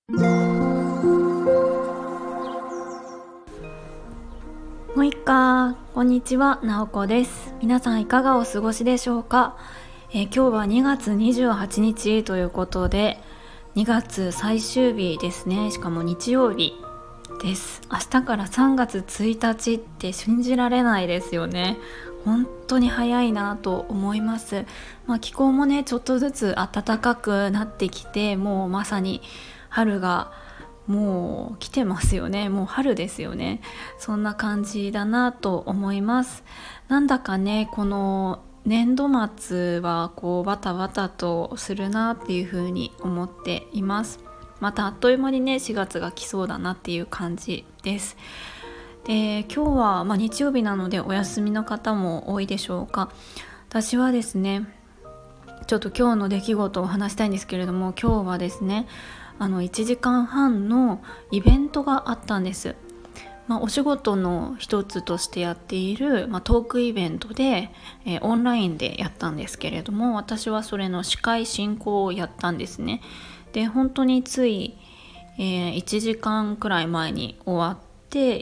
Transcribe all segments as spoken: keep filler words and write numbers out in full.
もういっかこんにちは、なおこです。皆さんいかがお過ごしでしょうか。えー、今日はにがつにじゅうはちにちということで、にがつ最終日ですね。しかも日曜日です。明日からさんがつついたちって信じられないですよね。本当に早いなと思います。まあ、気候もねちょっとずつ暖かくなってきて、もうまさに春がもう来てますよね。もう春ですよね。そんな感じだなと思います。なんだかね、この年度末はこうバタバタとするなっていうふうに思っています。またあっという間にねしがつが来そうだなっていう感じです。で、今日は、まあ、日曜日なのでお休みの方も多いでしょうか。私はですね、ちょっと今日の出来事を話したいんですけれども、今日はですね、あのいちじかんはんのイベントがあったんです。まあ、お仕事の一つとしてやっている、まあ、トークイベントで、えー、オンラインでやったんですけれども、私はそれの司会進行をやったんですね。で、本当につい、えー、いちじかんくらい前に終わって、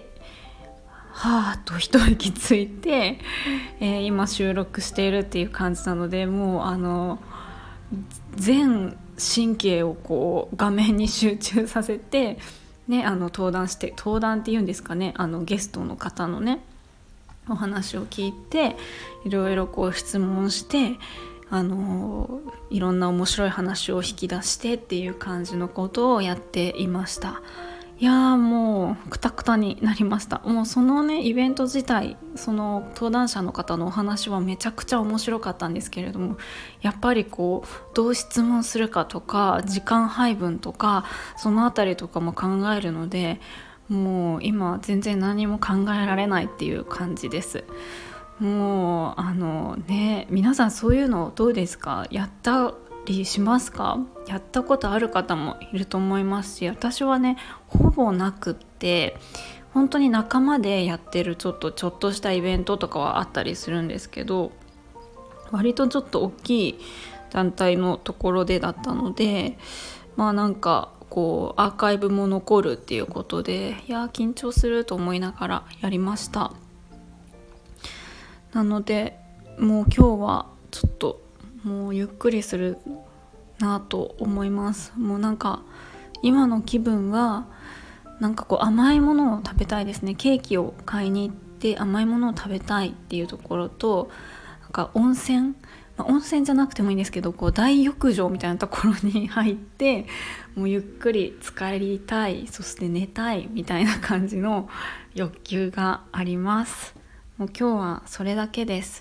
はーっと一息ついて、えー、今収録しているっていう感じなので、もうあの全神経をこう画面に集中させて、ね、あの登壇して登壇っていうんですかね、あのゲストの方のねお話を聞いて、いろいろこう質問して、あのいろんな面白い話を引き出してっていう感じのことをやっていました。いやー、もうクタクタになりました。もうそのねイベント自体、その登壇者の方のお話はめちゃくちゃ面白かったんですけれども、やっぱりこうどう質問するかとか時間配分とかそのあたりとかも考えるので、もう今全然何も考えられないっていう感じです。もうあのね、皆さんそういうのどうですか？やったりしますか？やったことある方もいると思いますし、私はねほぼなくって、本当に仲間でやってるちょっとちょっとしたイベントとかはあったりするんですけど、割とちょっと大きい団体のところでだったので、まあなんかこうアーカイブも残るっていうことで、いや緊張すると思いながらやりました。なのでもう今日はちょっともうゆっくりするなと思います。もうなんか今の気分はなんかこう甘いものを食べたいですね。ケーキを買いに行って甘いものを食べたいっていうところと、なんか温泉、まあ、温泉じゃなくてもいいんですけど、こう大浴場みたいなところに入ってもうゆっくり浸かりたい、そして寝たいみたいな感じの欲求があります。もう今日はそれだけです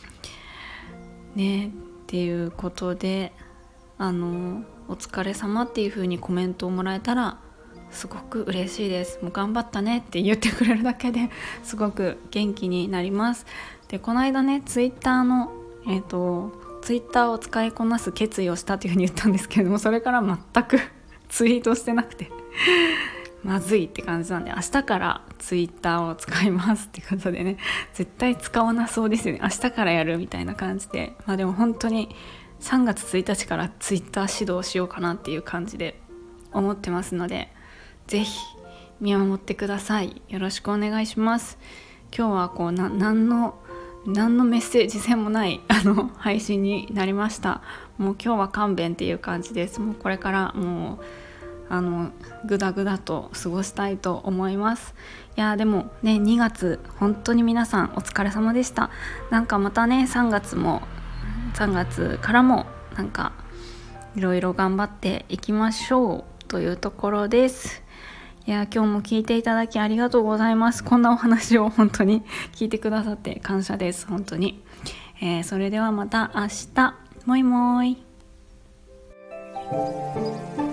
ね。っていうことで、あのお疲れ様っていう風にコメントをもらえたらすごく嬉しいです。もう頑張ったねって言ってくれるだけですごく元気になります。で、この間ねツイッターのえっとツイッターを使いこなす決意をしたという風に言ったんですけれども、それから全くツイートしてなくてまずいって感じなんで、明日からツイッターを使いますってことでね、絶対使わなそうですよね。明日からやるみたいな感じで、まあでも本当にさんがつついたちからツイッター指導しようかなっていう感じで思ってますので、ぜひ見守ってください。よろしくお願いします。今日はこうな何の何のメッセージ性もないあの配信になりました。もう今日は勘弁っていう感じです。もうこれからもうあのグダグダと過ごしたいと思います。いやでもね、にがつ本当に皆さんお疲れ様でした。なんかまたねさんがつもさんがつからもなんかいろいろ頑張っていきましょうというところです。いや今日も聞いていただきありがとうございます。こんなお話を本当に聞いてくださって感謝です。本当に、えー、それではまた明日、もいもい。